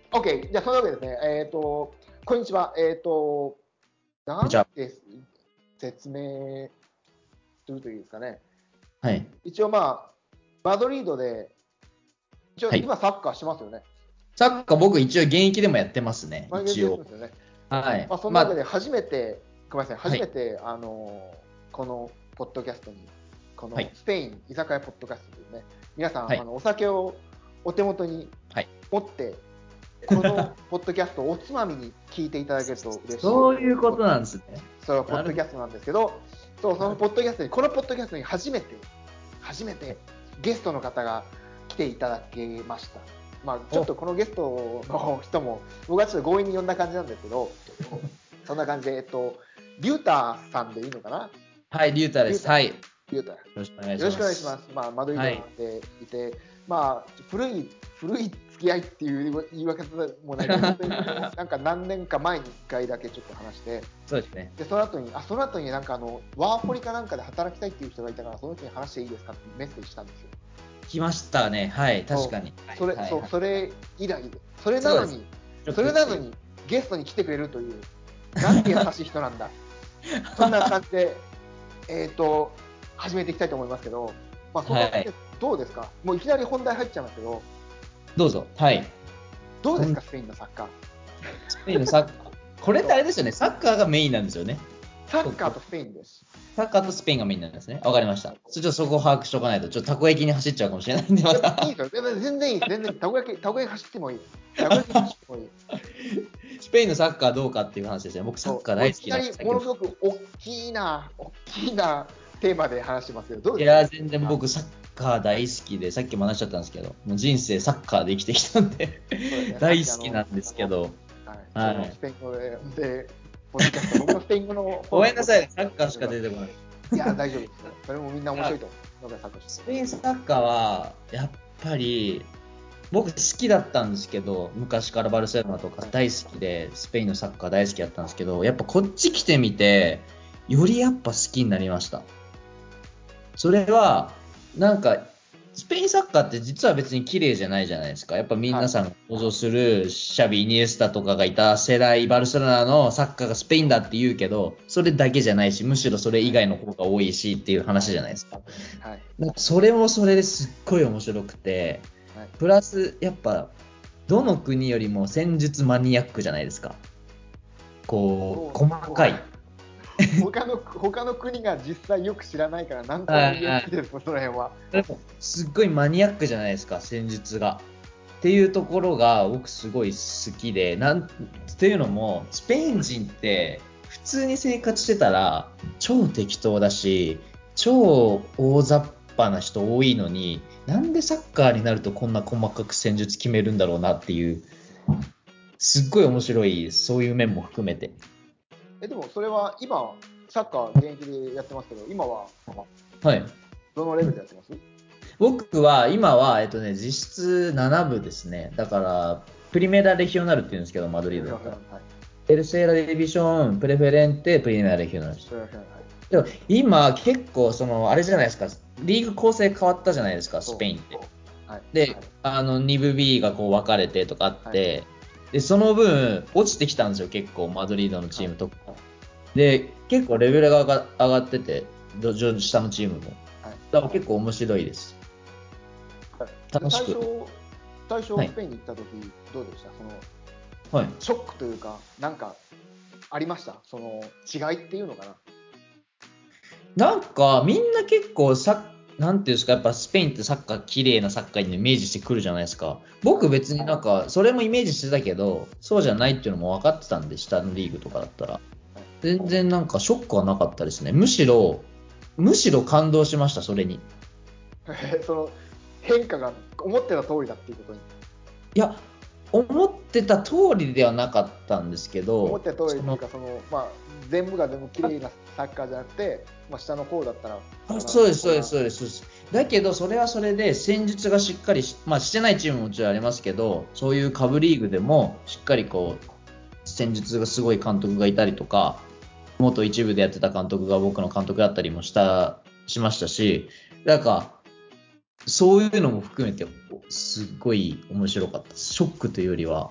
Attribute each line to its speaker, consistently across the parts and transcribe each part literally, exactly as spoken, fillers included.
Speaker 1: OK、じゃあそのわけですね。えっ、ー、と、こんにちは。えっ、ー、と、なんて説明するといいですかね。
Speaker 2: はい。
Speaker 1: 一応まあ、マドリードで、一応
Speaker 2: はい。
Speaker 1: 今サッカーしてますよね。
Speaker 2: サッカー僕一応現役でもやってますね、
Speaker 1: マドリー
Speaker 2: 一応。
Speaker 1: ドですよね。
Speaker 2: はい。
Speaker 1: まあ、そんなわけで
Speaker 2: まあ、
Speaker 1: 初めて、ごめんなさい、
Speaker 2: はい。
Speaker 1: 初めて、あのこのポッドキャストに、こ
Speaker 2: はい。
Speaker 1: のスペイン居酒屋ポッドキャストというね、皆さん、
Speaker 2: はい。
Speaker 1: あのお酒をお手元に
Speaker 2: はい。
Speaker 1: 持って、このポッドキャストをおつまみに聞いていただけると嬉しい。
Speaker 2: そういうことなんですね。
Speaker 1: それはポ
Speaker 2: なるほ
Speaker 1: ッドキャストなんですけど、そうそのポッドキャストに、このポッドキャストに初めて、初めてゲストの方が来ていただけました。まあ、ちょっとこのゲストの人も、僕はちょっと強引に呼んだ感じなんですけど、そんな感じで、えっと、リュータさんでいいのかな。
Speaker 2: はい、リュウタです。
Speaker 1: リュータ、
Speaker 2: はい。よ
Speaker 1: リュータ。よ
Speaker 2: ろしくお願いし
Speaker 1: ろしくお願いしま
Speaker 2: ます。
Speaker 1: す。まあ、マドリード
Speaker 2: はい。
Speaker 1: でいて、まあ、古い、古い付き合いっていう言い訳もないけど、本当になんか何年か前にいっかいだけちょっと話して、
Speaker 2: そうですね。
Speaker 1: で、その後に、あ、その後になんかあの、ワーホリかなんかで働きたいっていう人がいたから、その人に話していいですかってメッセージしたんですよ。
Speaker 2: 来ましたね。はい、確かに。
Speaker 1: そう、それ、
Speaker 2: はい。
Speaker 1: そう、
Speaker 2: はい。
Speaker 1: それ以来で、それな
Speaker 2: そうです。
Speaker 1: のに、
Speaker 2: ショッ
Speaker 1: そ
Speaker 2: クっていう。
Speaker 1: れなのにゲストに来てくれるという、なんて優しい人なんだ。そんな感じで、えっ、ー、と、始めていきたいと思いますけど、まあ、そんな感じで
Speaker 2: はい。
Speaker 1: どうですか。もういきなり本題入っちゃいますけど、
Speaker 2: どうぞ。はい。
Speaker 1: どうですか、
Speaker 2: ほん
Speaker 1: スペインのサッカー。
Speaker 2: スペインのサッカー。これってあれですよね。サッカーがメインなんですよね。
Speaker 1: サッ
Speaker 2: ここ
Speaker 1: カーとスペインです。
Speaker 2: サッカーとスペインがメインなんですね。わかりました。ちょっとそこを把握しておかないと、ちょっとたこ焼きに走っちゃうかもしれないんで、また。
Speaker 1: いいですよ。全然いいです。全然いい。たこ焼き、たこ焼き走ってもいい。たこ焼き走ってもいい。
Speaker 2: スペインのサッカーどうかっていう話ですね。僕、サッカー
Speaker 1: もういきな
Speaker 2: 大好きなんで、さっきも。
Speaker 1: りものすごく大きな、大きなテーマで話してますけど、どうですか。
Speaker 2: いや、全然僕、サッカー大好きで、さっきも話しちゃったんですけど、もう人生サッカーで生きてきたんで
Speaker 1: そうですね、さっ
Speaker 2: 大
Speaker 1: きあの、
Speaker 2: 好きなんですけど、
Speaker 1: はい、そのス
Speaker 2: はい。
Speaker 1: ペイン語で、でポッドキャスト、僕のスペイン語の方
Speaker 2: ごめんなさい、
Speaker 1: のポッドキャス
Speaker 2: サッカーしか
Speaker 1: ト、
Speaker 2: 出てこない。
Speaker 1: いや、大丈夫ですよ。それもみんな面白いと思うので、サッカーして。
Speaker 2: スペインサッカーは、やっぱり、僕好きだったんですけど、昔からバルセロナとか
Speaker 1: はい、
Speaker 2: 大好きで、スペインのサッカー大好きだったんですけど、やっぱこっち来てみて、よりやっぱ好きになりました。それは、なんか、スペインサッカーって実は別に綺麗じゃないじゃないですか。やっぱ
Speaker 1: はい、
Speaker 2: 皆さんが想像するシャビ、イニエスタとかがいた世代、バルセロナのサッカーがスペインだって言うけど、それだけじゃないし、むしろそれ以
Speaker 1: はい、
Speaker 2: 外の方が多いしっていう話
Speaker 1: はい、
Speaker 2: じゃないですか。
Speaker 1: はい、
Speaker 2: なんかそれもそれですっごい面白くて、
Speaker 1: はい。
Speaker 2: プラス、やっぱ、どの国よりも戦術マニアックじゃないですか。こう、
Speaker 1: そう、
Speaker 2: 細
Speaker 1: そう
Speaker 2: かい。
Speaker 1: 他の、他の国が実際よく知らないから、なんとも言えな
Speaker 2: はい。
Speaker 1: いです、その辺は。
Speaker 2: でも、すっごいマニアックじゃないですか、戦術が。っていうところが僕すごい好きで、なんっていうのも、スペイン人って普通に生活してたら超適当だし、超大雑把な人多いのに、なんでサッカーになるとこんな細かく戦術決めるんだろうなっていう、すっごい面白い、そういう面も含めて。
Speaker 1: え、でもそれは今、サッカー現役でやってますけど、今は
Speaker 2: はい。
Speaker 1: どのレベルでやってます。
Speaker 2: 僕は今は、えっとね、実質なな部ですね。だから、プリメラレヒオナルっていうんですけど、マドリードだったら。
Speaker 1: はい。
Speaker 2: テルセーラディビション、プレフェレンテ、プリメラレヒオナルです。
Speaker 1: はい。
Speaker 2: でも今結構そのあれじゃないですか、リーグ構成変わったじゃないですか、ス
Speaker 1: そう。
Speaker 2: ペインって。
Speaker 1: はい。
Speaker 2: で、あのに部 B がこう分かれてとかあっ
Speaker 1: はい。
Speaker 2: て、で、その分落ちてきたんですよ、結構マドリードのチ
Speaker 1: はい。
Speaker 2: ームとか。で、結構レベルが上が上がってて、どじ下のチームも。
Speaker 1: はい。
Speaker 2: だから結構面白いです。
Speaker 1: で、最初、
Speaker 2: 楽しく。
Speaker 1: 最初
Speaker 2: はい。
Speaker 1: スペインに行った時どうでした。その
Speaker 2: はい。
Speaker 1: ショックというか、なんかありました。その違いっていうのかな。
Speaker 2: なんかみんな結構さ、なんていうんですか、やっぱスペインってサッカー綺麗なサッカーにイメージしてくるじゃないですか。
Speaker 1: はい。
Speaker 2: 僕別になんかそれもイメージしてたけど、そうじゃないっていうのも分かってたんで、下のリーグとかだったら。
Speaker 1: はい。
Speaker 2: 全然なんかショックはなかったですね。むしろ、むしろ感動しました、それに。
Speaker 1: その変化が思ってた通りだっていうことに。
Speaker 2: いや、思ってた通りではなかったんですけど、
Speaker 1: 思ってた通り
Speaker 2: その、
Speaker 1: っていうか、そのまあ全部が全部綺麗なサッカーじゃなくて、まあ下の方だったら
Speaker 2: あ、
Speaker 1: 必
Speaker 2: そうです、そうです、
Speaker 1: ずここが。
Speaker 2: そうです。そうです。だけど、それはそれで戦術がしっかりし、まあ、してないチームももちろんありますけど、そういう下部リーグでもしっかりこう、戦術がすごい監督がいたりとか、元一部でやってた監督が僕の監督だったりもした、しましたし、なんか、そういうのも含めて、すっごい面白かった。ショックというよりは、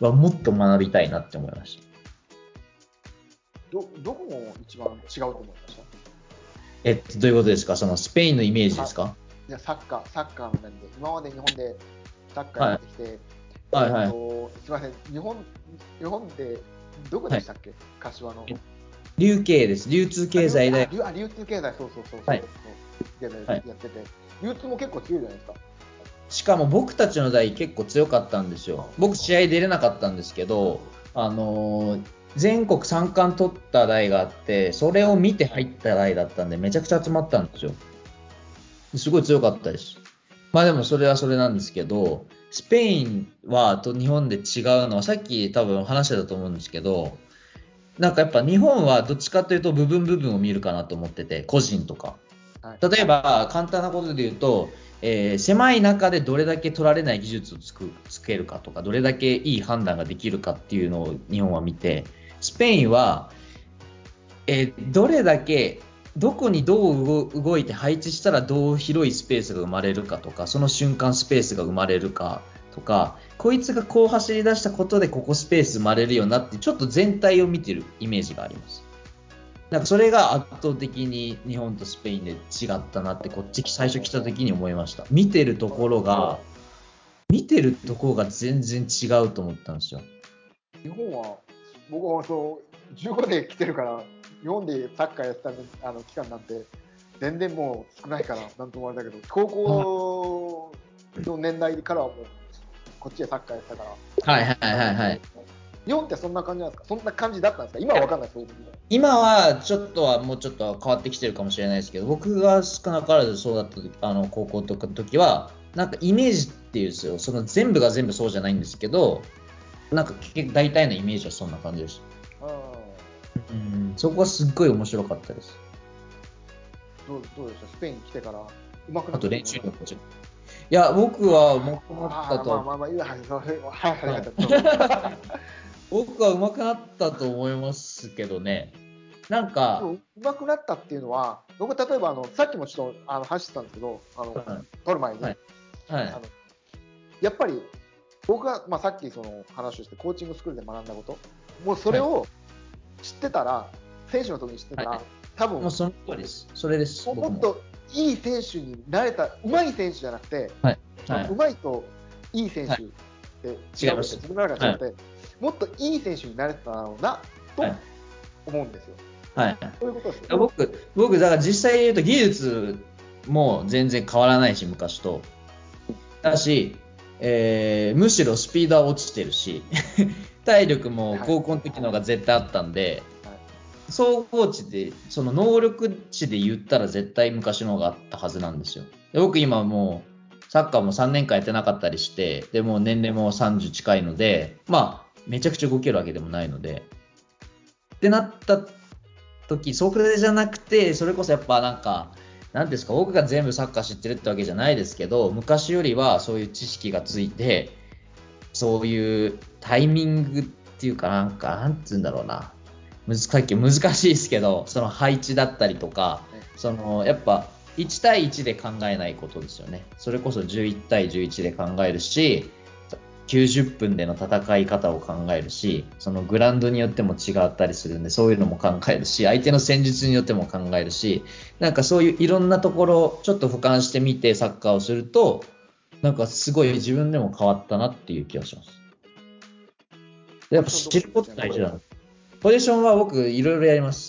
Speaker 2: はもっと学びたいなって思いました。
Speaker 1: どどこも一番違うと思いました？
Speaker 2: えっと、どういうことですか？そのスペインのイメージですか？
Speaker 1: いや、サッカー、サッカーの面で、今まで日本でサッカーや
Speaker 2: はい。
Speaker 1: ってきて、
Speaker 2: はいはい。
Speaker 1: えっと、すみません、日本、日本でどこ
Speaker 2: はい。
Speaker 1: でしたっけ、柏の。
Speaker 2: 流経です。流通
Speaker 1: あ、流、あ、
Speaker 2: 経済で。
Speaker 1: 流、あ、流通経済、そうそうそうそう、
Speaker 2: はい。
Speaker 1: 流通経
Speaker 2: はい。
Speaker 1: 済やってて、流通も結構強いじゃないですか。
Speaker 2: しかも僕たちの代結構強かったんですよ。僕試合出れなかったんですけど、あのー全国さん冠取った代があって、それを見て入った代だったんで、めちゃくちゃ集まったんですよ。すごい強かったです。まあでもそれはそれなんですけど、スペインはと日本で違うのは、さっき多分話してたと思うんですけど、なんかやっぱ日本はどっちかというと部分部分を見るかなと思ってて、個人とか。
Speaker 1: はい。
Speaker 2: 例えば簡単なことで言うと、えー狭い中でどれだけ取られない技術をつくつけるかとか、どれだけいい判断ができるかっていうのを日本は見て、スペインは、えーどれだけどこにどう動動いて配置したらどう広いスペースが生まれるかとか、その瞬間スペースが生まれるかとか、こいつがこう走り出したことでここスペース生まれるよなって、ちょっと全体を見てるイメージがあります。なんかそれが圧倒的に日本とスペインで違ったなって、こっち最初来た時に思いました。見てるところが、見てるところが全然違うと思ったんですよ。
Speaker 1: 日本は、僕はそうじゅうごで来てるから、日本でサッカーやってたあの期間なんて、全然もう少ないから、なんともあれだけど、高校の年代からはもう、こっちでサッカーやってたから、
Speaker 2: はいはい
Speaker 1: あれなんですけど、
Speaker 2: はいはい。
Speaker 1: 日本ってそんな感じなんですか？そんな感じだったんですか？今は分かんないです、そういうの。
Speaker 2: 今はちょっとはもうちょっと変わってきてるかもしれないですけど、僕が少なからずそうだった時、あの高校とかの時は、なんかイメージっていうんですよ。その全部が全部そうじゃないんですけど、なんか結局大体のイメージはそんな感じです。
Speaker 1: あ
Speaker 2: うん、そこはすっごい面白かったです。
Speaker 1: どうどうでした？スペイン来てから、上手くなった
Speaker 2: あと練
Speaker 1: と思います？
Speaker 2: 習力もちろん。いや、僕は
Speaker 1: あ
Speaker 2: 上手くなった
Speaker 1: あ、まあ
Speaker 2: と、
Speaker 1: まあまあ、いや、はい、そうはい、はい、
Speaker 2: はい、
Speaker 1: はい、どうぞ。
Speaker 2: 僕は上手くなったと思いますけどね。なんか、
Speaker 1: でも上手くなったっていうのは、僕、例えばあのさっきもちょっとあの話してたんですけど、あの
Speaker 2: はい、
Speaker 1: 撮る前に、
Speaker 2: はい、は
Speaker 1: あの
Speaker 2: い、
Speaker 1: やっぱり僕が、まあ、さっきその話をして、コーチングスクールで学んだこと、もうそ
Speaker 2: はい、
Speaker 1: れを知ってたら、選手の時に知ってたら、
Speaker 2: はい。
Speaker 1: 多分
Speaker 2: もうその通りです。それです、僕も。
Speaker 1: もっといい選手になれた、上手い選手じゃなくて、
Speaker 2: はい、
Speaker 1: その
Speaker 2: はい、
Speaker 1: 上手いといい選
Speaker 2: はい。
Speaker 1: 手って違くて、
Speaker 2: 違います。
Speaker 1: 自分の中で
Speaker 2: はい、
Speaker 1: 違って、もっといい選手になれただろうなと
Speaker 2: はい、
Speaker 1: 思うんですよ。
Speaker 2: はい。
Speaker 1: そういうことですよね。
Speaker 2: 僕、僕、だから実際言うと技術も全然変わらないし、昔と。だし、えーむしろスピードは落ちてるし、体力も
Speaker 1: はい。
Speaker 2: 高校の時の方が絶対あったんで、
Speaker 1: はい。
Speaker 2: 総合値で、その能力値で言ったら絶対昔の方があったはずなんですよ。で僕今もうサッカーもさんねんかんやってなかったりして、でもう年齢もさんじゅう近いので、まあめちゃくちゃ動けるわけでもないので、ってなった時、それじゃなくて、それこそやっぱなんか、なんていうんですか、僕が全部サッカー知ってるってわけじゃないですけど、昔よりはそういう知識がついて、そういうタイミングっていうかなんか、なんて言うんだろうな。難しい難しいですけど、その配置だったりとか、
Speaker 1: ね。
Speaker 2: そのやっぱいち対いちで考えないことですよね。それこそじゅういち対じゅういちで考えるし、きゅうじゅっぷんでの戦い方を考えるし、そのグラウンドによっても違ったりするんで、そういうのも考えるし、相手の戦術によっても考えるし、なんかそういういろんなところをちょっと俯瞰してみてサッカーをすると、なんかすごい自分でも変わったなっていう気がします。やっぱ
Speaker 1: ポジションどこ
Speaker 2: 知ること
Speaker 1: ですか、ちなみに。
Speaker 2: 大事だな。ポジションは僕いろいろやります。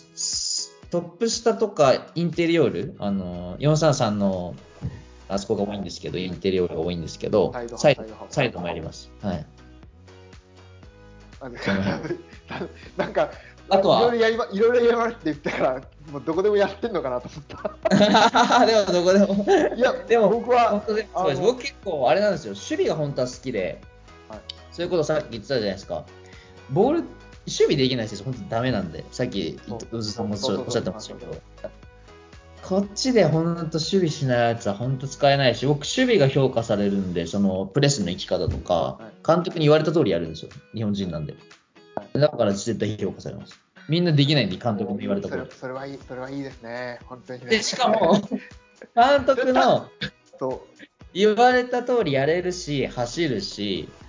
Speaker 2: トップ下とかインテリオール、あの、よんさんさんのあそこが多いんですけど、インテリオールが多いんですけど、
Speaker 1: サイドハーフ、
Speaker 2: サイド、
Speaker 1: サイドハーフ。
Speaker 2: サイドもやります。はい。
Speaker 1: あの
Speaker 2: その辺。
Speaker 1: なんか、
Speaker 2: あとは、
Speaker 1: いろいろやりま、いろいろやりますって言ってから、もうどこでもやってんのかなと思った。
Speaker 2: でもどこでも
Speaker 1: いや、
Speaker 2: でも、
Speaker 1: 僕は、
Speaker 2: 本当ですごいです。
Speaker 1: あの、
Speaker 2: 僕結構あれなんですよ。守備が本当は好きで、
Speaker 1: はい、
Speaker 2: そういうことさっき言ってたじゃないですか。ボール、守備できない選手、本当ダメなんで、さっき、
Speaker 1: そう、
Speaker 2: うずさんもおっし
Speaker 1: そうそうそう、
Speaker 2: ゃって
Speaker 1: そうなんですよ。
Speaker 2: ましたけど、こっちで本当守備しないやつは本当使えないし、僕、守備が評価されるんで、そのプレスの生き方とか、
Speaker 1: はい、
Speaker 2: 監督に言われた通りやるんですよ。日本人なんで。だから絶対評価されます。みんなできないんで、監督の言われた
Speaker 1: それ、
Speaker 2: 通り。
Speaker 1: それはいい、それはいいですね、本当にね。
Speaker 2: で、しかも、監督
Speaker 1: た
Speaker 2: の
Speaker 1: そう、
Speaker 2: 言われた通りやれるし、走るし、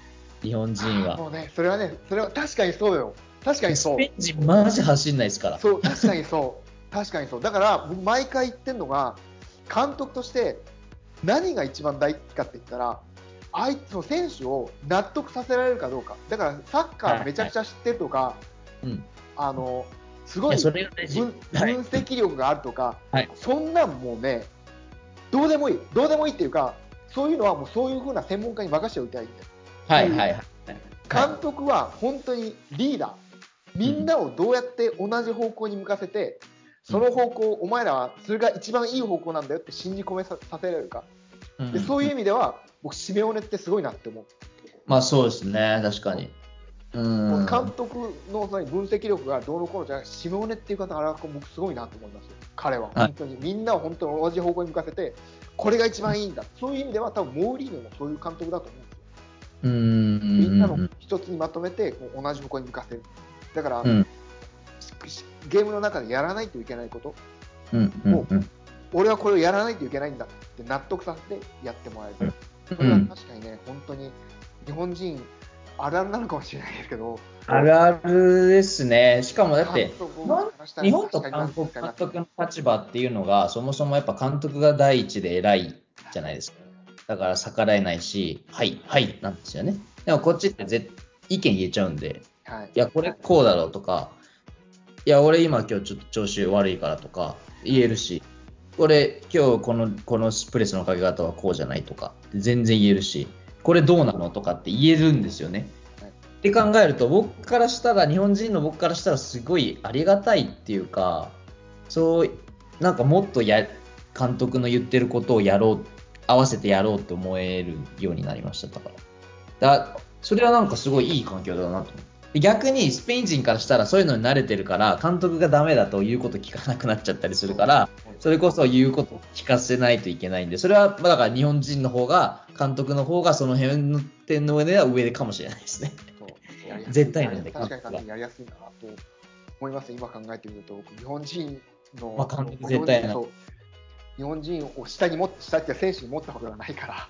Speaker 2: 日本人は。
Speaker 1: もうね、それはね、それは確かにそうよ。確かにそう。
Speaker 2: スペイン人マジ走んないですから。
Speaker 1: そう、確かにそう。確かにそう。だから、僕毎回言ってるのが、監督として何が一番大事かって言ったら、相手の選手を納得させられるかどうか。だから、サッカーめちゃくちゃ知ってるとか、
Speaker 2: はいはい、うん、
Speaker 1: あの、すごい
Speaker 2: いやそれが大事。
Speaker 1: 分、
Speaker 2: はい、
Speaker 1: 分析力があるとか、
Speaker 2: はい、
Speaker 1: そんなんもうね、どうでもいい。どうでもいいっていうか、そういうのはもうそういう風な専門家に任せておいたらいいんだよ。
Speaker 2: はいはいはい。
Speaker 1: 監督は本当にリーダー。みんなをどうやって同じ方向に向かせて、その方向、お前らはそれが一番いい方向なんだよって信じ込めさせられるか。でそういう意味では、僕、シメオネってすごいなって思う。
Speaker 2: まあそうですね、確かに。うん
Speaker 1: 監督の分析力がどうのこうのじゃなくて、シメオネっていう方は僕すごいなと思いますよ。彼は本当に、みんなを本当に同じ方向に向かせて、これが一番いいんだ。そういう意味では多分モーリーニョもそういう監督だと思うんですよ。
Speaker 2: うん
Speaker 1: みんなの一つにまとめて同じ方向に向かせる。だから、うん、ゲームの中でやらないといけないことを、うんうんうん、俺はこれをやらないといけないんだって納得させてやってもらえる。それは確かにね、本当に日本人あるあるなのかもしれないですけど、
Speaker 2: あるあるですね。しかもだって日本と韓国監督の立場っていうのがそもそもやっぱ監督が第一で偉いじゃないですか。だから逆らえないし、はいはいなんですよね。でもこっちってぜ意見言えちゃうんで、はい、いやこれこうだろうとか、いや俺今今日ちょっと調子悪いからとか言えるし、これ今日このこのプレスのかけ方はこうじゃないとか全然言えるし、これどうなのとかって言えるんですよね。って考えると僕からしたら日本人の僕からしたらすごいありがたいっていうか、そうなんかもっとや監督の言ってることをやろう合わせてやろうと思えるようになりました。だからだそれはなんかすごいいい環境だなと思って。逆にスペイン人からしたらそういうのに慣れてるから監督がダメだと言うこと聞かなくなっちゃったりするから、それこそ言うこと聞かせないといけないんで、それはだから日本人の方が監督の方がその辺の点の上では上かもしれないですね。絶対なんで
Speaker 1: 確かに確かにやりやすいなと思います。今考えてみると日本人の、
Speaker 2: まあ、監督絶対な
Speaker 1: 日本人を下に持って下って選手に持ったことがないから、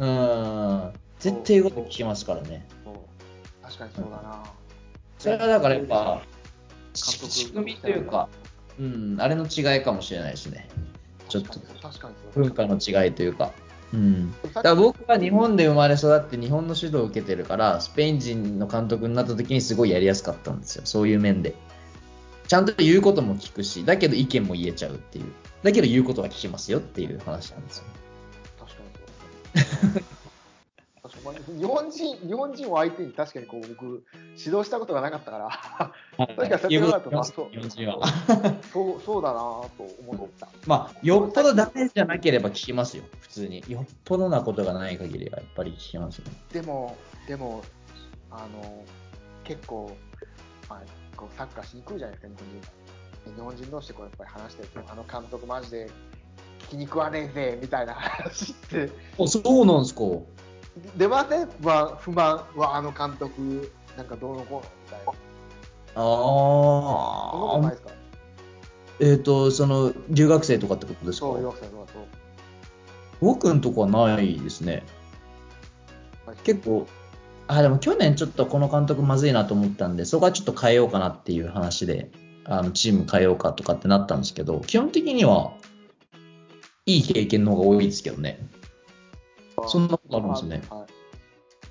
Speaker 2: うん絶対言うこと聞きますからね。
Speaker 1: そう確かにそうだな、うん、
Speaker 2: それはだからやっぱ仕組みというか、うん、あれの違いかもしれないですね。ちょっと文化の違いというか。うん、だから僕は日本で生まれ育って日本の指導を受けてるからスペイン人の監督になった時にすごいやりやすかったんですよ。そういう面でちゃんと言うことも聞くし、だけど意見も言えちゃうっていう、だけど言うことは聞きますよっていう話なんですよ。
Speaker 1: 確かにそうですね確かに日本人日本人を相手に確かにこう僕指導したことがなかったから確かにそういうことだとそうそうそうだなと思った。
Speaker 2: まあよっぽどダメじゃなければ聞きますよ普通に。よっぽどなことがない限りはやっぱり聞きますね。
Speaker 1: でもでもあの結構、まあ、こうサッカーしにくいじゃないですか日本人。日本人同士でこうやっぱり話してるとあの監督マジで聞きに食わねえぜみたいな話って
Speaker 2: あそうなんですか。
Speaker 1: 出ません、まあ、不満はあの監督なんかどうのこうのみたいな。ああそんなことないですか。
Speaker 2: えっ、ー、とその留学生とかってことですか。
Speaker 1: そう留学生とかと
Speaker 2: 僕のとこはないですね。結構あでも去年ちょっとこの監督まずいなと思ったんでそこはちょっと変えようかなっていう話であのチーム変えようかとかってなったんですけど、基本的にはいい経験の方が多いですけどね。そんなことあるんですね。はい、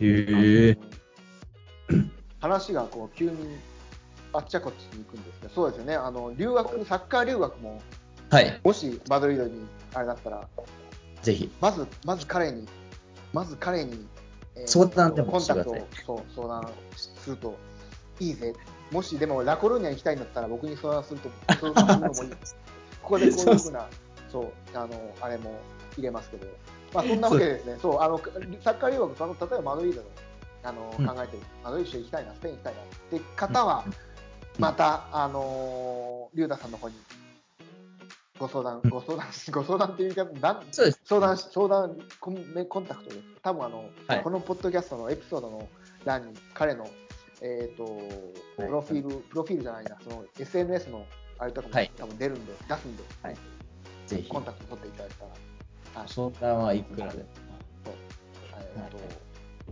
Speaker 2: へえ。
Speaker 1: 話がこう急にあっちゃこっちに行くんですけど、そうですよね。あの留学サッカー留学も、はい、もしマドリードにあれだったら
Speaker 2: ぜひ
Speaker 1: まずまず彼にまず彼に、
Speaker 2: えー、相談でも
Speaker 1: コンタクトをそう相談するといいぜ。もしでもラコルーニャ行きたいんだったら僕に相談すると相談するのもいい。ここでこういうふうなそうあのあれも入れますけど、まあそんなわけですね。そうあのサッカー留学その例えばマドリードであの、うん、考えてるマドリード行きたいなスペイン行きたいなって方は、うん、またあの龍太さんの方にご相談、ご相談、ご相談っていうか、相談、相談コン、コンタクトです。多分あの、はい、このポッドキャストのエピソードの欄に彼の、えーと、プロフィール、はい、プロフィールじゃないな、その エスエヌエス のあれとかも、はい、多分出るんで、出すんで、はい、ぜひコンタクト取っていただいたら。
Speaker 2: 相談はいくらで。
Speaker 1: そう、えーと、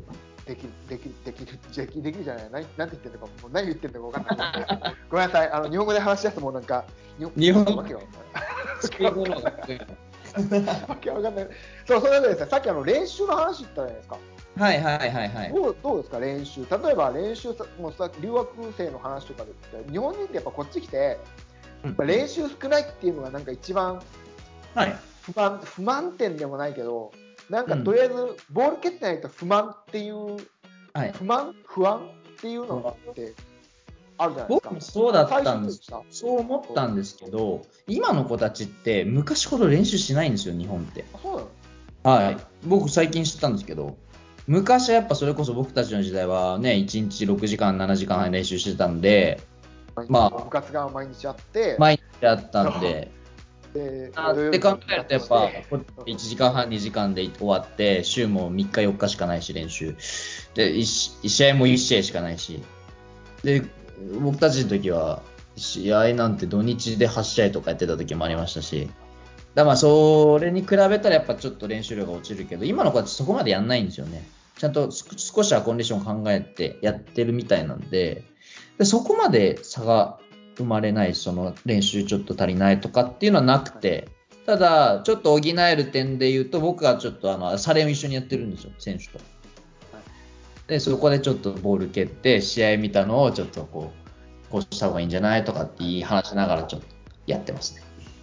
Speaker 1: できるできるできるできるできるじゃない何なんて言ってるのかもう何言ってるのか分かんないごめんなさいあの日本語で話し出すともうなんか
Speaker 2: 日本語
Speaker 1: わけわかんないわけわかんないそうそうなんですねさっきあの練習の話言ったじゃないですか
Speaker 2: はいはいはいはい。
Speaker 1: どうどうですか練習例えば練習さもうさ留学生の話とかで言って日本人ってやっぱこっち来てやっぱ練習少ないっていうのがなんか一番
Speaker 2: はい
Speaker 1: 不満不満点でもないけどなんか
Speaker 2: うん
Speaker 1: とりあえずボール蹴ってないと不満っていう
Speaker 2: はい
Speaker 1: 不満不安っていうのってあるじゃないですか。
Speaker 2: 僕もそうだったんです
Speaker 1: 最初どうでした
Speaker 2: そう思ったんですけど、今の子たちって昔ほど練習しないんですよ、日本って。
Speaker 1: あそうなの
Speaker 2: はい。僕最近知ったんですけど、昔はやっぱそれこそ僕たちの時代はね、いちにちろくじかん、ななじかん練習してたんで、まあ、
Speaker 1: 部活が毎日あって
Speaker 2: 毎日あったんで、
Speaker 1: で
Speaker 2: あ
Speaker 1: 土曜日も部
Speaker 2: って考えるとやっぱ
Speaker 1: 活して
Speaker 2: いちじかんはんにじかんで終わって週もみっかよっかしかないし練習で 1, 試合もいち試合しかないしで僕たちの時は試合なんて土日ではち試合とかやってた時もありましたし、だからまあそれに比べたらやっぱちょっと練習量が落ちるけど今の子たちそこまでやんないんですよね。ちゃんと少しはコンディション考えてやってるみたいなんで、でそこまで差が生まれない、その練習ちょっと足りないとかっていうのはなくて、ただちょっと補える点で言うと僕はちょっとあのサレンを一緒にやってるんですよ、選手と。でそこでちょっとボール蹴って試合見たのをちょっとこうこうした方がいいんじゃないとかって言い話しながらちょっとやってますね。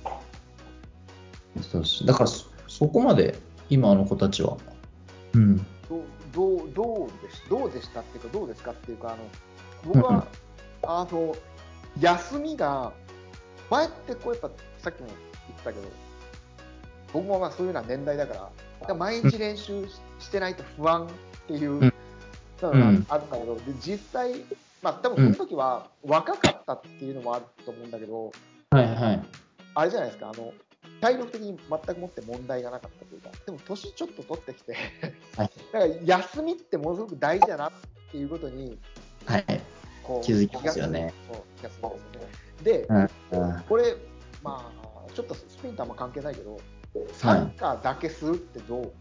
Speaker 2: そうです。だからそ、そこまで今の子たちは、うん、
Speaker 1: どうどうどうでしどうでしたっていうかどうですかっていうかあの僕は、
Speaker 2: うん
Speaker 1: あの休みが前ってこうやっぱさっきも言ったけど僕もまあそういうような年代だから毎日練習 し,、してないと不安っていう
Speaker 2: うん
Speaker 1: のがあるんだけど、で実際、まあ多分その時は若かったっていうのもあると思うんだけど、
Speaker 2: はいはい。
Speaker 1: あれじゃないですか、あの体力的に全くもって問題がなかったというか、でも年ちょっと取ってきて
Speaker 2: はい
Speaker 1: だから休みってものすごく大事だなっていうことに
Speaker 2: はい、
Speaker 1: こう
Speaker 2: 気づきますよね。
Speaker 1: そう気がするんですよね。で、
Speaker 2: うんうん
Speaker 1: これ、まあ、ちょっとスピンとあんま関係ないけど、サッカーだけするってどう、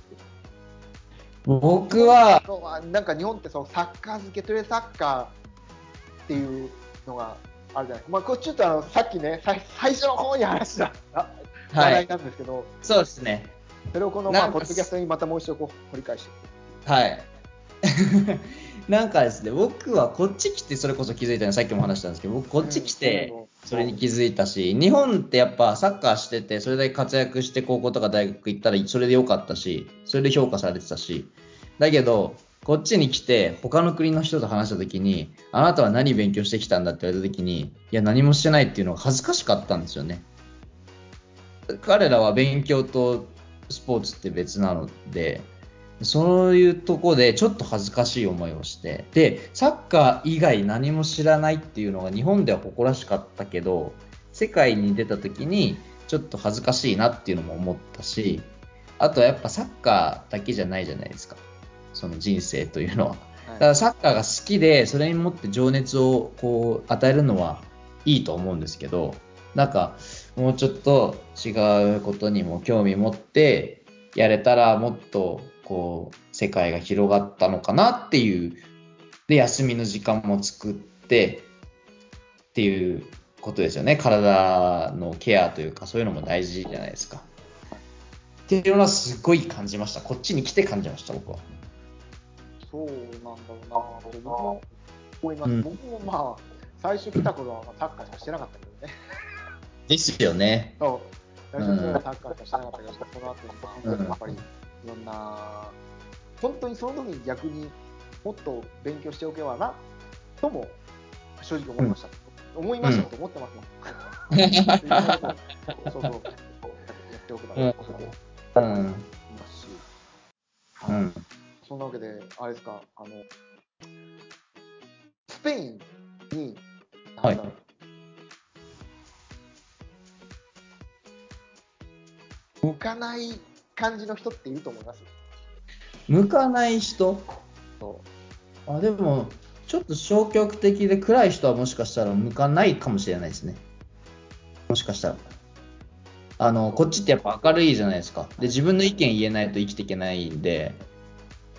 Speaker 2: 僕は、
Speaker 1: なんか日本ってそうサッカー漬け、とりあえずサッカーっていうのがあるじゃないですか。まあ、これちょっとあのさっきね、最最初の方に話した話題なんですけど、
Speaker 2: そうですね。
Speaker 1: それをこの、まあ、ポッドキャストにまたもう一度こう掘り返していく。
Speaker 2: はい。なんかですね、僕はこっち来てそれこそ気づいたのさっきも話したんですけど、僕こっち来てそれに気づいたし、日本ってやっぱサッカーしててそれだけ活躍して高校とか大学行ったらそれで良かったし、それで評価されてたし、だけどこっちに来て他の国の人と話した時に、あなたは何勉強してきたんだって言われた時に、いや何もしてないっていうのが恥ずかしかったんですよね。彼らは勉強とスポーツって別なので、そういうとこでちょっと恥ずかしい思いをして、でサッカー以外何も知らないっていうのが日本では誇らしかったけど、世界に出た時にちょっと恥ずかしいなっていうのも思ったし、あとはやっぱサッカーだけじゃないじゃないですか、その人生というのは。だからサッカーが好きでそれに持って情熱をこう与えるのはいいと思うんですけど、なんかもうちょっと違うことにも興味持ってやれたらもっとこう世界が広がったのかなっていう。で休みの時間も作ってっていうことですよね。体のケアというかそういうのも大事じゃないですかっていうのはすごい感じました。こっちに来て感じました、僕は。
Speaker 1: そうなんだろうなと僕も思います、うん、僕もまあ最初来た頃はサッカーしかしてなかったけどね
Speaker 2: ですよね。
Speaker 1: そう最初来た頃はサッカーしかしてなかったけど、うん、その後にまあやっぱりいろんな本当にその時に逆にもっと勉強しておけばなとも正直思いました、うん、思いましたと思ってますもん、うん、いろんなことをそうそうやっておけばと思いますし、うんはい、そんなわけであれですか、あのスペインになんだろう、はい、向かない感じの人っていると思います？
Speaker 2: 向かない人？そうあでもちょっと消極的で暗い人はもしかしたら向かないかもしれないですね。もしかしたらあのこっちってやっぱ明るいじゃないですか。で自分の意見言えないと生きていけないんで、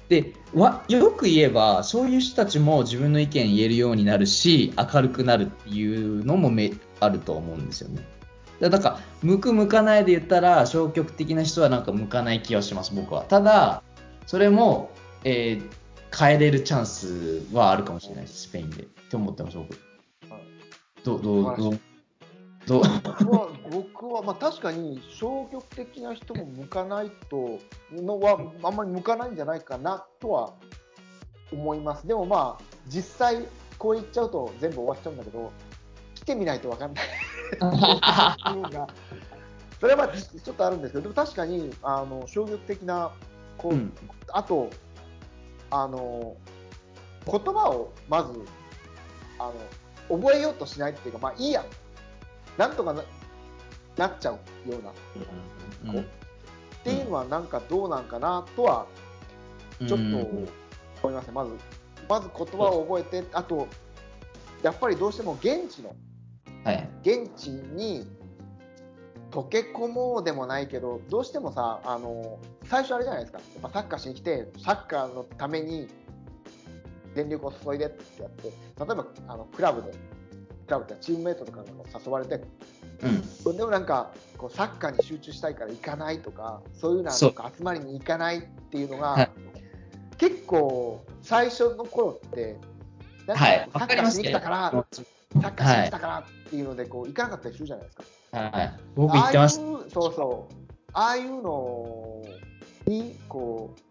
Speaker 2: でわよく言えばそういう人たちも自分の意見言えるようになるし明るくなるっていうのもめあると思うんですよね。だだから向く向かないで言ったら消極的な人はなんか向かない気がします僕は。ただそれも、えー変えれるチャンスはあるかもしれないですスペインでって思ってます僕。どうどうどうどう
Speaker 1: 僕は僕はまあ確かに消極的な人も向かないとのはあんまり向かないんじゃないかなとは思います。でもまあ実際こう言っちゃうと全部終わっちゃうんだけど来てみないと分かんないっていうのがそれはまあちょっとあるんですけどでも確かにあの消極的なこう、うん、あとあの言葉をまずあの覚えようとしないっていうかまあいいやなんとか な, なっちゃうような、うん、っていうのはなんかどうなんかなとはちょっと思いますね。まずまず言葉を覚えてあとやっぱりどうしても現地の、はい、現地に溶け込もうでもないけどどうしてもさあの最初あれじゃないですかやっぱサッカーしに来てサッカーのために全力を注いでってやって例えばあのクラブでクラブってチームメイトとかに誘われて、うん、でもなんかこうサッカーに集中したいから行かないとかそういうのとか集まりに行かないっていうのが、はい、結構最初の頃ってなんかサッカーしに来たから、はい、サッカーしに来たからっていうのでこう行かなかったりするじゃないですか。はい、僕行ってました。そうそうああいうのにこう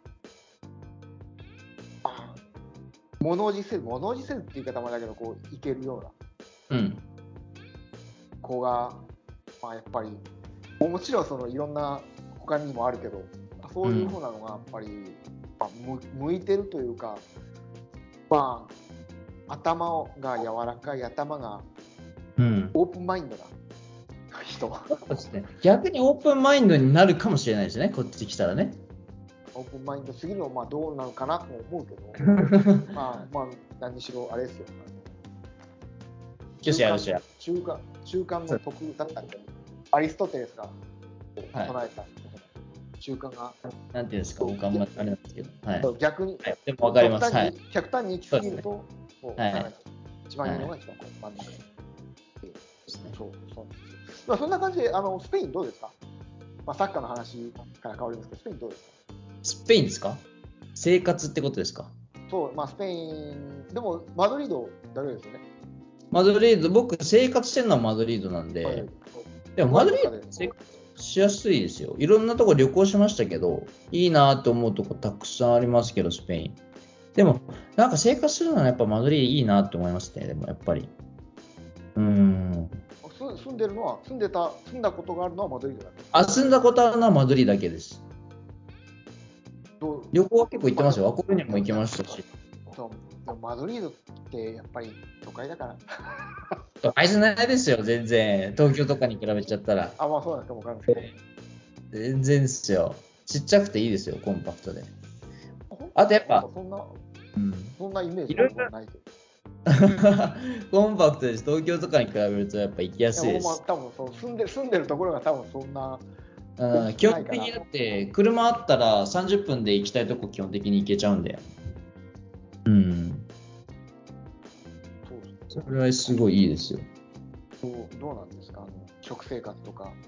Speaker 1: あ物おじせる物おじせるって言い方もだけどこういけるような、うん、子が、まあ、やっぱりもちろんそのいろんな他にもあるけどそういうふうなのがやっぱり、うんまあ、向いてるというかまあ頭が柔らかい頭が、うん、オープンマインドな人そうですね、
Speaker 2: 逆にオープンマインドになるかもしれないですねこっち来たらね。
Speaker 1: オープンマインドすぎるのはまあどうなのかなと思うけどまあまあ何にしろあれですよ中間中間中間の徳だったっけアリストテレスが唱えた、はい、中間が
Speaker 2: なんていうんですか僕あんまりあれなんですけど、はい、
Speaker 1: 逆に、はい、
Speaker 2: でも分かります、
Speaker 1: 極端に、はい、極端に行き過ぎると、ね、こう、はい、一番いいのが一番こう真ん中に、はい、そうそうまあ、そんな感じであのスペインどうですか、まあ、サッカーの話から変わりますけどスペインどうですか。
Speaker 2: スペインですか生活ってことですか。
Speaker 1: そうまあスペインでもマドリードだけですよね。
Speaker 2: マドリード僕生活してるのはマドリードなんで、はい、でもマドリード生活しやすいですよ。いろんなとこ旅行しましたけどいいなって思うとこたくさんありますけどスペインでもなんか生活するのはやっぱマドリードいいなって思いますね。でもやっぱりうーん
Speaker 1: 住んでるのは住んでた住んだことがあるのはマドリードだけ。
Speaker 2: あ住んだことあるのはマドリードだけです。旅行は結構行ってますよ。アコルニャも行きましたし。
Speaker 1: そうでもマドリードってやっぱり都会だから。
Speaker 2: 都会じゃないですよ全然。東京とかに比べちゃったら。
Speaker 1: あまあそうなんですかもわかんないです
Speaker 2: けど。全然ですよ。ちっちゃくていいですよコンパクトで。あとやっぱ
Speaker 1: そんな、うん、そんなイメージはないけど。
Speaker 2: コンパクトです。東京とかに比べるとやっぱ行きやすいです。
Speaker 1: いや僕も多分そう住んで住んでるところが多分そんな。
Speaker 2: うん、基本的にだって車あったらさんじゅっぷんで行きたいとこ基本的に行けちゃうんで。うん。そうそれはすごいいいですよ。
Speaker 1: どうどうなんですかあの食生活とか。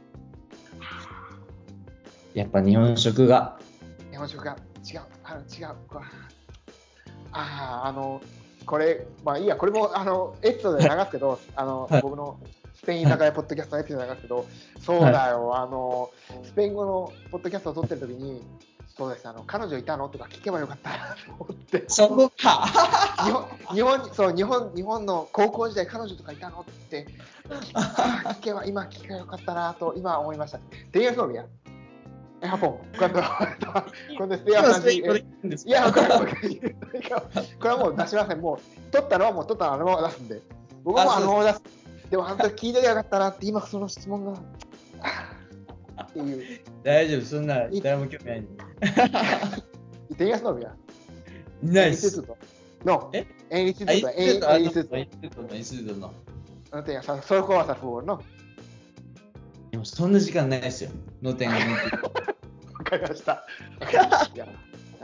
Speaker 2: やっぱ日本食が。
Speaker 1: 日本食が違うあの違う。あああのこれまあいいやこれもあのエピソードで流すけど、はい、あの、はい、僕のスペイン居酒屋ポッドキャストのエピソードで流すけど、はい、そうだよ、はい、あのスペイン語のポッドキャストを撮ってる時にそうですあの彼女いたのとか聞けばよかったなと思って
Speaker 2: そこか
Speaker 1: 日本日本そう日本日本の高校時代彼女とかいたのって聞けば今聞けばよかったなと今思いました。Tienes novia? En Japón, cuando, cuando estoy hablando así, いやこれこれはもう出しません。もう取ったのはもう取ったのまま出すんで僕もあのまま出す。でもあの時聞いてりゃよかったなって今その質問がっていう
Speaker 2: 大丈夫そんな誰も興味ないんで
Speaker 1: ¿Tenías novia?
Speaker 2: ないです。
Speaker 1: No, en el instituto, en el instituto.
Speaker 2: En el instituto no.
Speaker 1: No tenías, solo jugabas al fútbol, ¿no?
Speaker 2: でもそんな時間ないですよ。の点が。
Speaker 1: わかりました。いや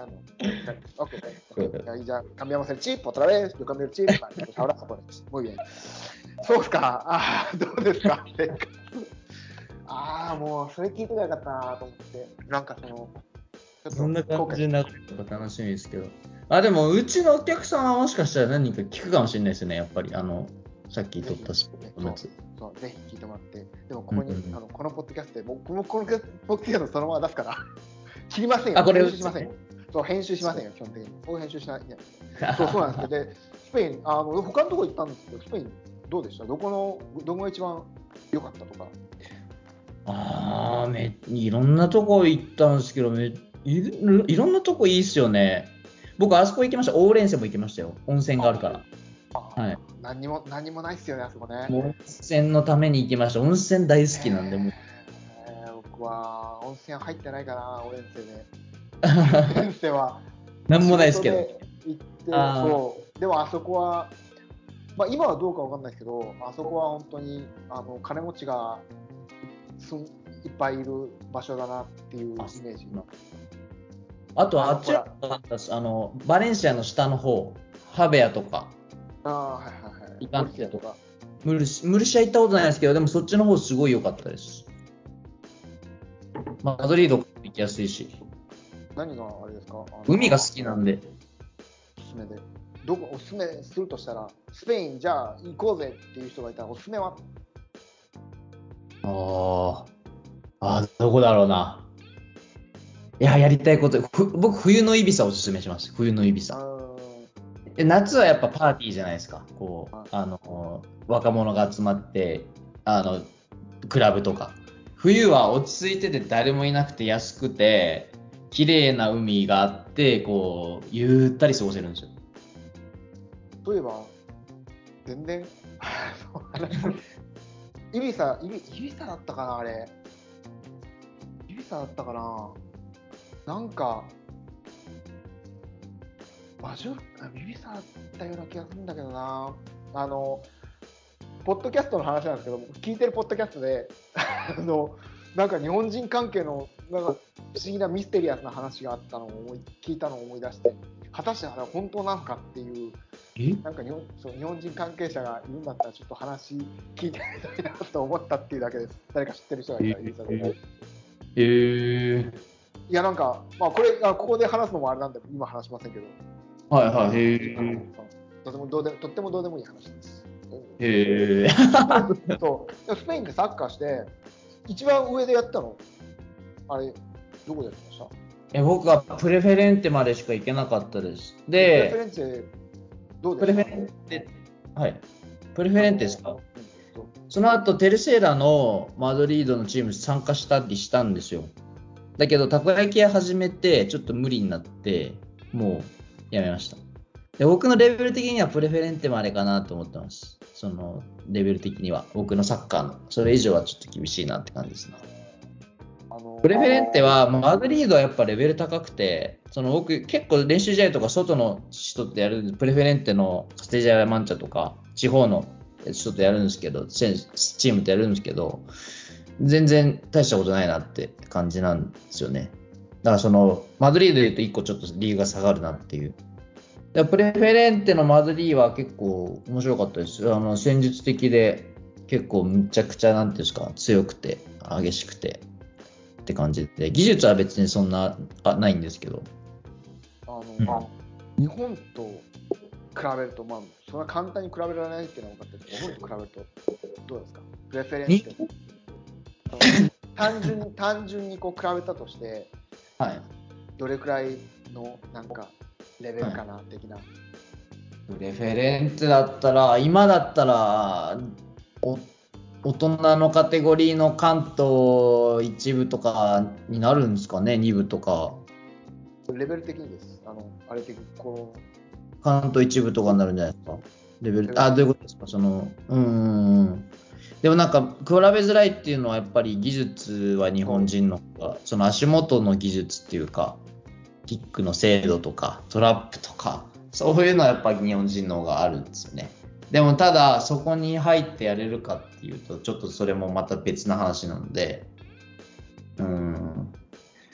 Speaker 1: あの、OK, ok. Ya cambiamos el chip otra vez. Yo cambio el chip. Vale, pues ahora japonés. Muy bien. そうですか。ああ、どうですか。ああ、もうそれ聞いてなかったなと思って。なんかその、ちょっと
Speaker 2: そんな感じになるのが楽しみですけど。あ、でも、うちのお客さんはもしかしたら何人か聞くかもしれないですね、やっぱり。あの、さっき撮ったスポーツのやつ。
Speaker 1: そう、ぜひ聞いてもらって。でも、ここに、
Speaker 2: うんうん、
Speaker 1: あのこのポッドキャストで、僕もこのポッドキャストそのまま出すから、切りませんよ。
Speaker 2: あ、これ
Speaker 1: 編集しませんよ。そう、編集しませんよ、基本的に。僕編集しない。そう、そうなんですけど、で、スペイン、あの他のところ行ったんですけど、スペインどうでした？どこの、どこが一番良かったとか。
Speaker 2: ああ、めいろんなとこ行ったんですけど、めいいろんなとこいいっすよね。僕、あそこ行きました。オーレンセも行きましたよ。温泉があるから。はい。
Speaker 1: 何にも、何にもないっすよね、あそこね。
Speaker 2: 温泉のために行きました。温泉大好きなんで、もう。
Speaker 1: えー、僕は温泉入ってないかな、オレンセで。オレンセは
Speaker 2: なんもないですけど。
Speaker 1: 仕事で行って、そう。でもあそこは、まあ、今はどうかわかんないですけど、あそこは本当にあの金持ちがすんいっぱいいる場所だなっていうイメージ。
Speaker 2: あと、あっち
Speaker 1: あ
Speaker 2: はあのバレンシアの下の方、ハベアとか、
Speaker 1: ああ、はいはいはい。
Speaker 2: イカンテとか。ムルシ、ムルシア行ったことないですけど、でもそっちの方すごい良かったです。マドリード行きやすいし。
Speaker 1: 何があれですか？
Speaker 2: 海が好きなんで。
Speaker 1: おすすめで。どこおすすめするとしたら、スペインじゃあ行こうぜっていう人がいたらおすすめは？
Speaker 2: あーあー、どこだろうな。いや、やりたいこと、ふ僕、冬のイビサおすすめします。冬のイビサ。で夏はやっぱパーティーじゃないですか。こう、あの、若者が集まって、あの、クラブとか。冬は落ち着いてて誰もいなくて安くて、綺麗な海があって、こう、ゆったり過ごせるんですよ。
Speaker 1: そういえば、全然、イビサ、イビ、イビサだったかな、あれ。イビサだったかな。なんか、場所、イビサだったような気がするんだけどな。あの、ポッドキャストの話なんですけど、聞いてるポッドキャストで、あの、なんか日本人関係の、なんか不思議なミステリアスな話があったのを思い聞いたのを思い出して、果たしてあれは本当なのかっていう、なんか日本、そう、日本人関係者がいるんだったらちょっと話聞いてみたいなと思ったっていうだけです。誰か知ってる人がいたら、イビサで。
Speaker 2: へえ。
Speaker 1: いや、なんか、まあ、これあここで話すのもあれなんで今話しませんけど、
Speaker 2: はいはい。へえ。
Speaker 1: とてもどうでとってもどうでもいい話です。
Speaker 2: へえ。
Speaker 1: そうスペインでサッカーして一番上でやったのあれどこでやってました？
Speaker 2: え僕はプレフェレンテまでしか行けなかったです。
Speaker 1: プレフェ
Speaker 2: で、
Speaker 1: レンツェどうで
Speaker 2: プレフ
Speaker 1: した？
Speaker 2: ェレンテ、はい。プレフェレンテですか？
Speaker 1: あの
Speaker 2: その後、テルセーラのマドリードのチーム参加したりしたんですよ。だけど、たこ焼き屋始めて、ちょっと無理になって、もうやめました。で僕のレベル的にはプレフェレンテまでかなと思ってます。そのレベル的には。僕のサッカーの。それ以上はちょっと厳しいなって感じですね。
Speaker 1: あの
Speaker 2: プレフェレンテは、マドリードはやっぱレベル高くて、その僕結構練習試合とか外の人とやる、プレフェレンテのカステジャーマンチャとか、地方の人とやるんですけど、チームとやるんですけど、全然大したことないなって感じなんですよね。だからその、マドリードで言うといっこちょっと理由が下がるなっていう。プレフェレンテのマドリーは結構面白かったです。あの戦術的で結構むちゃくちゃなんていうんですか、強くて激しくてって感じで、技術は別にそんなあないんですけど、
Speaker 1: あの、
Speaker 2: うん、
Speaker 1: 日本と比べると、まあ、そんな簡単に比べられないっていうのは分かってるんですけど、日本と比べるとどうですか？プレフェレンテ単純に単純にこう比べたとして、
Speaker 2: はい、
Speaker 1: どれくらいのなんかレベルかな、はい、的な。
Speaker 2: プレフェレンテだったら、今だったらお大人のカテゴリーの関東一部とかになるんですかね、二部とか。
Speaker 1: レベル的にです。あのあれ的にこう
Speaker 2: 関東一部とかになるんじゃないですか。レベル、あ、どういうことですか、その、うーん。でもなんか、比べづらいっていうのは、やっぱり技術は日本人の方が、その足元の技術っていうか、キックの精度とか、トラップとか、そういうのはやっぱり日本人の方があるんですよね。でもただ、そこに入ってやれるかっていうと、ちょっとそれもまた別な話なので、うーん。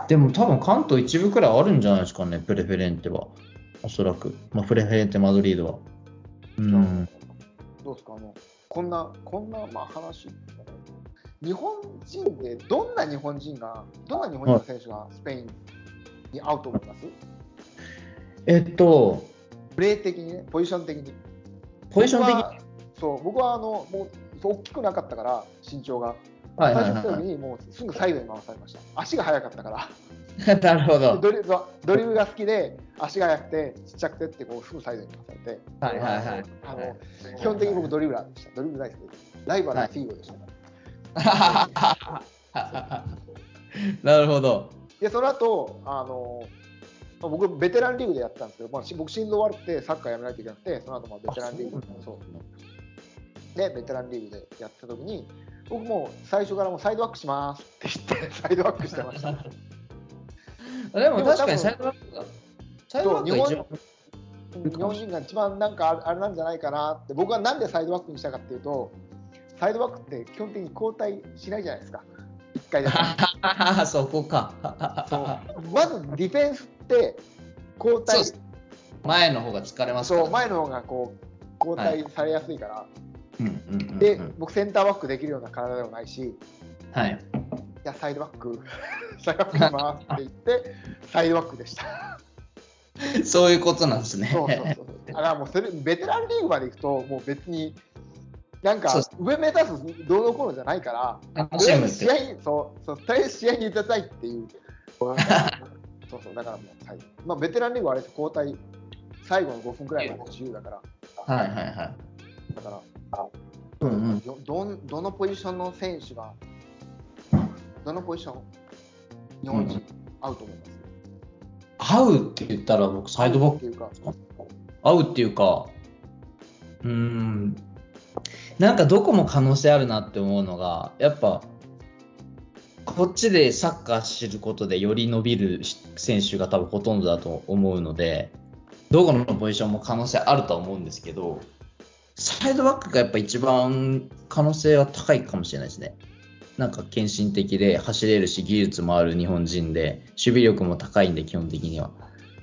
Speaker 2: でも多分関東一部くらいあるんじゃないですかね、プレフェレンテは。おそらく。まあ、プレフェレンテマドリードは。う
Speaker 1: じゃあ、
Speaker 2: ん。
Speaker 1: どうですか、あのこんな、こんなまあ話、日本人でどんな日本人が、どんな日本人の選手がスペインに合うと思います？
Speaker 2: えっと、
Speaker 1: プレー的にね、ポジション的に。
Speaker 2: ポジション的に。
Speaker 1: 僕は、そう僕はあのもう大きくなかったから、身長が。
Speaker 2: はい
Speaker 1: 最
Speaker 2: はいはいは
Speaker 1: 初来た時にもうすぐサイドに回されました。足が速かったから。
Speaker 2: い。なるほど。
Speaker 1: でドリドリブルが好きで、足が速くて、ちっちゃくてってこうすぐサイドに回されて、
Speaker 2: はいはいはい。
Speaker 1: あの基本的に僕ドリブラーでした。ドリブル大好きです。ライバルはフィーゴでした。
Speaker 2: なるほど。
Speaker 1: で、その後、あの僕、ベテランリーグでやってたんですけど、まあ、僕、心臓悪くてサッカーやめないといけなくて、その後まあベテランリーグそうで、ベテランリーグでやってた時に、僕も最初からもうサイドバックしますって言って、サイドバックしてました。
Speaker 2: でも確かにサイドバックが、サイドバックが一番
Speaker 1: 日本人が一番なんかあれなんじゃないかなって、僕はなんでサイドバックにしたかっていうと、サイドバックって基本的に交代しないじゃないですか、いっかいだけ。
Speaker 2: そこか。
Speaker 1: そうまずディフェンスって交代、
Speaker 2: 前の方が疲れますから、ね、
Speaker 1: そう前の方がこう交代されやすいから、
Speaker 2: はいうんうんうんうん、
Speaker 1: で僕センターバックできるような体でもないし、
Speaker 2: はい、
Speaker 1: いやサイドバックサイドバックしますって言ってサイドバックでした
Speaker 2: そういうことなんですね。
Speaker 1: そうそうそう。だからもうそれベテランリーグまで行くともう別になんか上目指すどうのこうのじゃないから、とりあえず試合にそうそうとりあえず試合に出たいっていう。そうそうだからもう最後、まあ、ベテランリーグはあれです、交代最後のごふんくらいまで自由だから。
Speaker 2: はいはいはい。
Speaker 1: だから、うんうん、ど, どのポジションの選手がどのポジション日本人合うと思います？
Speaker 2: 合うって言ったら僕サイドバック
Speaker 1: っていうか
Speaker 2: 合うっていうかうーんなんかどこも可能性あるなって思うのがやっぱこっちでサッカー知ることでより伸びる選手が多分ほとんどだと思うのでどこのポジションも可能性あるとは思うんですけどサイドバックがやっぱ一番可能性は高いかもしれないですね。なんか献身的で走れるし技術もある日本人で守備力も高いんで基本的には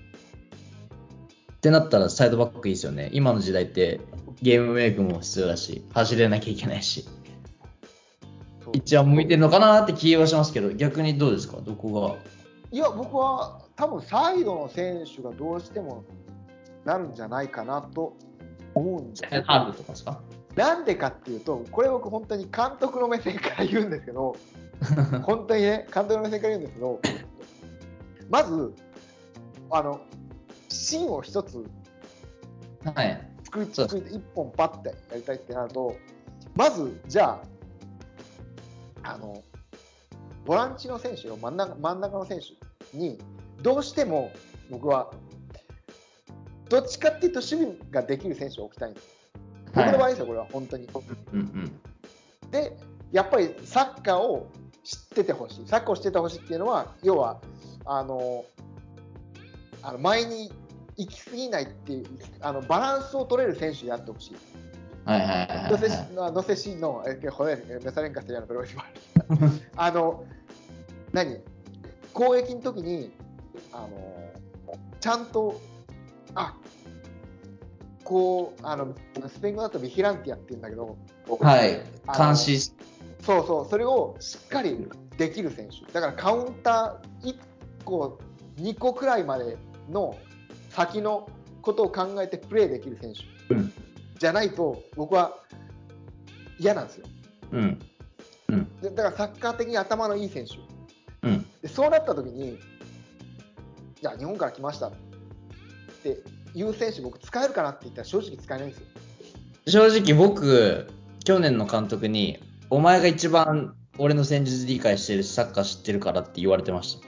Speaker 2: ってなったらサイドバックいいですよね。今の時代ってゲームメイクも必要だし走れなきゃいけないし一番向いてるのかなって気はしますけど逆にどうですか？どこが？
Speaker 1: いや僕は多分サイドの選手がどうしてもなるんじゃないかなと思うんですよ。
Speaker 2: ハーフとかですか？
Speaker 1: なんでかっていうとこれ僕本当に監督の目線から言うんですけど本当にね監督の目線から言うんですけどまずあの芯を一つ作って一本パッてやりたいってなるとまずじゃああのボランチの選手を真ん中、真ん中の選手にどうしても僕はどっちかっていうと守備ができる選手を置きたいんです。僕の場合ですよ、これは本当に。うんうん、でやっぱりサッカーを知っててほしい。サッカーを知っててほしいっていうのは要はあのあの前に行き過ぎないっていうあのバランスを取れる選手であってほしい。
Speaker 2: はいはいはいはい。
Speaker 1: No sé si no, es que joder, me sale en castellano, pero es igual. あの何攻撃の時にあのちゃんとあこうあのスペイン語だとビヒランティアって言うんだけど、
Speaker 2: はい、監視、
Speaker 1: そうそうそれをしっかりできる選手だからカウンターいっこにこくらいまでの先のことを考えてプレーできる選手、うん、じゃないと僕は嫌なんですよ、うんうん、だからサッカー的に頭のいい選手、うん、でそうなった時にじゃあ日本から来ましたっていう選手僕使えるかなって言ったら正直使えないんですよ。
Speaker 2: 正直僕去年の監督にお前が一番俺の戦術理解してるしサッカー知ってるからって言われてました。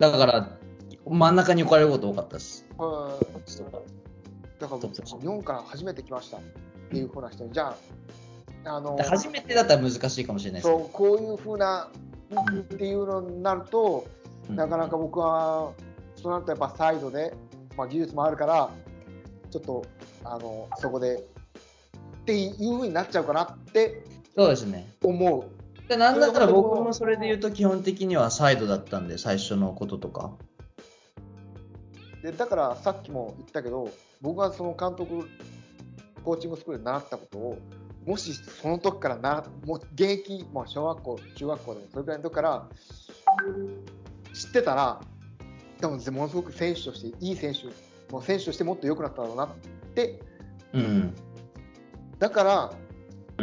Speaker 2: だから真ん中に置かれること多かったです。
Speaker 1: だから僕日本から初めて来ましたっていう風な人にじゃあ、あのー、
Speaker 2: 初めてだったら難しいかもしれないです、ね、
Speaker 1: そうこういう風なっていうのになると、うん、なかなか僕はそうなるとやっぱサイドで、まあ、技術もあるからちょっとあのそこでっていう風になっちゃうかなって
Speaker 2: そうですね
Speaker 1: 思う
Speaker 2: でなんだったら僕もそれで言うと基本的にはサイドだったんで、最初のこととか。
Speaker 1: でだからさっきも言ったけど、僕はその監督、コーチングスクールで習ったことを、もしその時からな、もう現役、まあ、小学校、中学校でもそれくらいの時から知ってたら、多分ものすごく選手として、いい選手、もう選手としてもっと良くなっただろうなって、
Speaker 2: うん。
Speaker 1: だから、
Speaker 2: うん、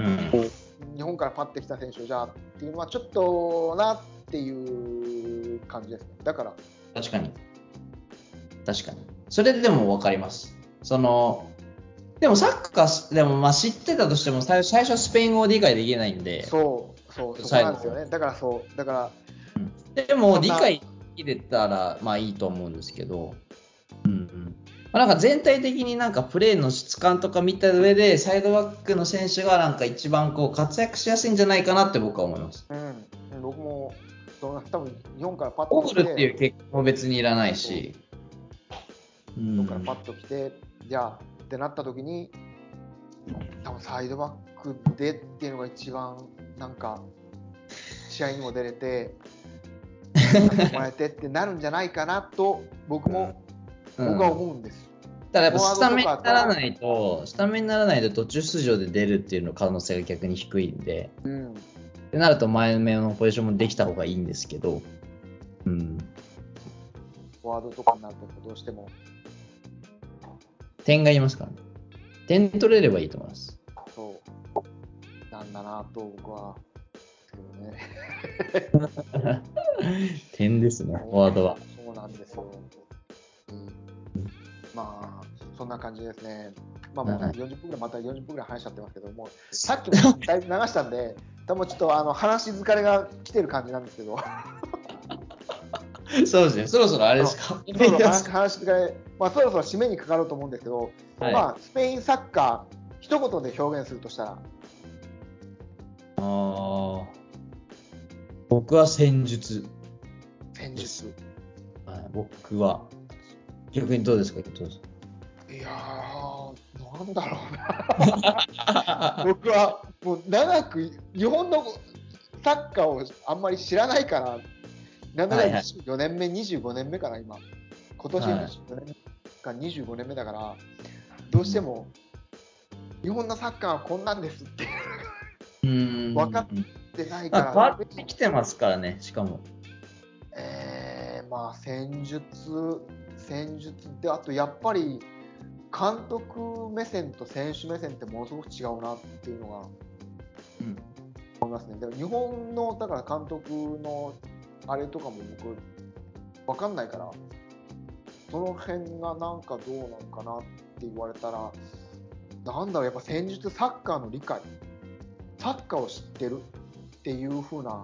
Speaker 1: 日本からパッてきた選手をじゃあっていうのは、ちょっとなっていう感じですね。だから、
Speaker 2: 確かに。確かに。それででも分かります。その、でもサッカー、でもまあ知ってたとしても最初、最初スペイン語を理解できないんで、
Speaker 1: そう、そう、そこ
Speaker 2: 最後。
Speaker 1: なんですよね。だからそう、だから、
Speaker 2: でも
Speaker 1: そんな、
Speaker 2: 理解できれたらまあいいと思うんですけど、うんうん。まあ、なんか全体的になんかプレーの質感とか見た上で、サイドバックの選手がなんか一番こう活躍しやすいんじゃないかなって僕は思います。
Speaker 1: うん、僕も、その多分日本からパッと来
Speaker 2: ゴールっていう
Speaker 1: て、
Speaker 2: 結果も別にいらない
Speaker 1: そう、
Speaker 2: し、う
Speaker 1: 日本から
Speaker 2: ん。
Speaker 1: パッと来て、じゃあってなった時に、多分サイドバックでっていうのが一番、なんか、試合にも出れて、やってもらえてってなるんじゃないかなと、僕も、僕は
Speaker 2: うん。
Speaker 1: 思うんです。
Speaker 2: ただやっ
Speaker 1: フォワー
Speaker 2: ぱスタメンに
Speaker 1: ドとかと、
Speaker 2: ならないと、スタメンにならないと途中出場で出るっていうの可能性が逆に低いんで、
Speaker 1: うん、
Speaker 2: ってなると前目のポジションもできた方がいいんですけど、うん。
Speaker 1: フォワードとかになるとどうしても、
Speaker 2: 点がいますからね。点取れればいいと思います。
Speaker 1: そうなんだなと僕は、ね、
Speaker 2: 点ですね、フォワードは。
Speaker 1: そうなんですよ。うん、まあ、そんな感じですね。まあ、もう
Speaker 2: はい
Speaker 1: よんじゅっぷんぐらい、またよんじゅっぷんぐらい話しちゃってますけども、さっきもだいぶ流したんで、多分ちょっとあの話疲れが来てる感じなんですけど、
Speaker 2: そうですね、そろそろあれ
Speaker 1: あの
Speaker 2: ですか。
Speaker 1: そろそろ話話疲れ、まあ、そろそろ締めにかかろうと思うんですけど、
Speaker 2: はい。
Speaker 1: まあ、スペインサッカー、一言で表現するとしたら、
Speaker 2: あー僕は戦術
Speaker 1: 戦
Speaker 2: です。
Speaker 1: 術。
Speaker 2: はい、僕は。逆にどうですか、どうぞ。
Speaker 1: いやー、なんだろうな。僕はもう長く日本のサッカーをあんまり知らないから、なんだか
Speaker 2: はいはい。
Speaker 1: にじゅうよねんめ、にじゅうごねんめかな、今。今年で
Speaker 2: はい。
Speaker 1: にじゅうよねんかにじゅうごねんめだから、どうしても日本のサッカーはこんなんですって
Speaker 2: うー
Speaker 1: 分かっ
Speaker 2: ん。
Speaker 1: てない
Speaker 2: まあ、
Speaker 1: から、
Speaker 2: 変わってきてますからね、しかも。
Speaker 1: えー、まあ戦術、戦術で、あとやっぱり監督目線と選手目線ってものすごく違うなっていうのが
Speaker 2: うん。
Speaker 1: 思いますね。でも日本のだから監督のあれとかも僕分かんないから、その辺がなんかどうなのかなって言われたら、なんだろう、やっぱ戦術、サッカーの理解、サッカーを知ってるっていう風な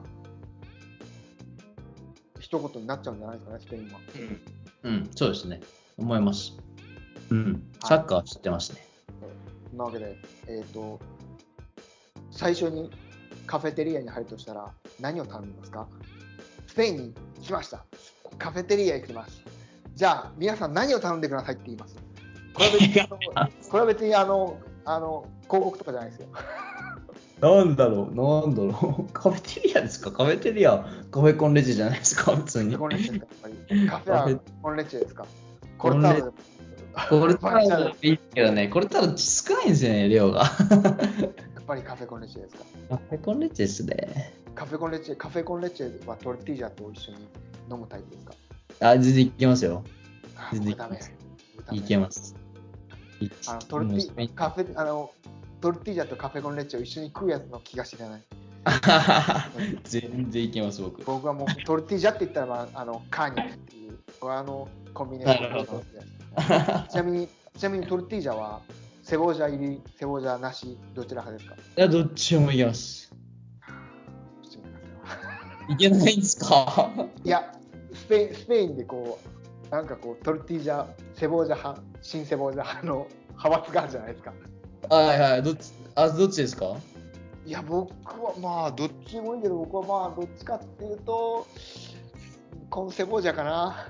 Speaker 1: 一言になっちゃうんじゃないですかね、スペインは。
Speaker 2: うん、うん、そうですね。思います。うん。サ
Speaker 1: はい。
Speaker 2: ッカーは知ってますね。
Speaker 1: そんなわけで、えっ、と、最初にカフェテリアに入るとしたら何を頼みますか？スペインに来ました。カフェテリアへ行きます。じゃあ、皆さん何を頼んでくださいって言います。これは別に、あのこれは別にあのあの広告とかじゃないですよ。
Speaker 2: なんだろう、なんだろう。カフェテリアですか？カフェテリア、カフェコンレジじゃないですか、普通に。
Speaker 1: カフェコンレッチェですか、やっぱり。カフェは
Speaker 2: カフェ
Speaker 1: コンレッチェですか。コ
Speaker 2: コンレ、
Speaker 1: ルタードでも。
Speaker 2: これ
Speaker 1: バッチャル、や
Speaker 2: 多分いいけどね、これ多分少ないんですよね、量が。
Speaker 1: っぱりカフェコンレッチェですか。
Speaker 2: カフェコンレジですね。
Speaker 1: カフェコンレッチェ、カフェコンレッチェはトルティージャと一緒に飲むタイプですか。
Speaker 2: あ、全然いけますよ。
Speaker 1: あ、
Speaker 2: 全然
Speaker 1: 僕ダメ。
Speaker 2: いけます。
Speaker 1: 僕ダメ。
Speaker 2: いけます。い
Speaker 1: あのトルテ
Speaker 2: もうスペイン
Speaker 1: ィカフェあのトルティージャとカフェコンレッチェを一緒に食うやつの気が知れない。
Speaker 2: 全然いけます、僕。
Speaker 1: 僕はもうトルティージャって言ったら、まあ、あのカーニャっていうあのコンビネー
Speaker 2: な
Speaker 1: ションが
Speaker 2: るほど。
Speaker 1: 一番好きです。ちなみにちなみにトルティージャはセボジャ入り、セボジャなし、どちら派ですか？
Speaker 2: いや、どっちもいけます。
Speaker 1: どっちもですよ。
Speaker 2: いけないんですか？
Speaker 1: いや、スペイン、スペインでこう、なんかこう、トルティージャ、セボージャ派、新セボージャ派の派閥があるじゃないですか。
Speaker 2: はいはい。どっち、あ、どっちですか？
Speaker 1: いや、僕はまあ、どっちもいいけど、僕はまあ、どっちかっていうと、このセボージャかな。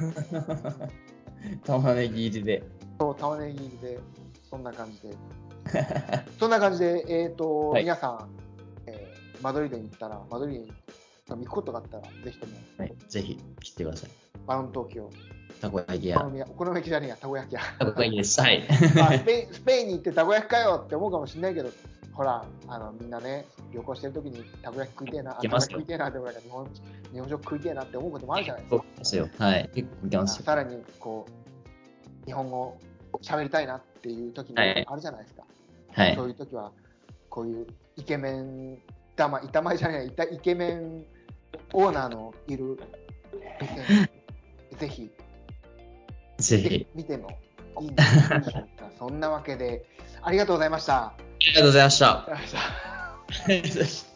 Speaker 2: 玉ねぎ入りで。
Speaker 1: そう、玉ねぎ入りで、そんな感じで。そんな感じで、えっ、と、
Speaker 2: はい。
Speaker 1: 皆さん、えーマドリードに行ったら、マドリードに行くことがあったら、ぜひとも、
Speaker 2: はい、ぜひ来てください。
Speaker 1: バロン東京、
Speaker 2: たこ焼き屋。
Speaker 1: お好み焼きお好み焼きじゃねえや、たこ焼き屋。
Speaker 2: たこ焼きです。はい。
Speaker 1: まあ、スペインスペインに行ってたこ焼きかよって思うかもしれないけど、ほら、あのみんなね、旅行してるときにたこ焼き食いてえな、あたこ焼き食いてえな、でもなんか日本日本食食いてえなって思うこともあるじゃないですか。
Speaker 2: そうですよ。はい。結構来ますよ。
Speaker 1: さらにこう日本語喋りたいなっていう時も
Speaker 2: はい
Speaker 1: あるじゃないですか。
Speaker 2: はい
Speaker 1: そういう時はこういうイケメン板前板前じゃないイタイケメンオーナーのいる店にぜひ
Speaker 2: ぜひ。
Speaker 1: 見てもいいんじゃないでしょうか。そんなわけでありがとうございました。
Speaker 2: ありがとうございました。
Speaker 1: ありがとうございました。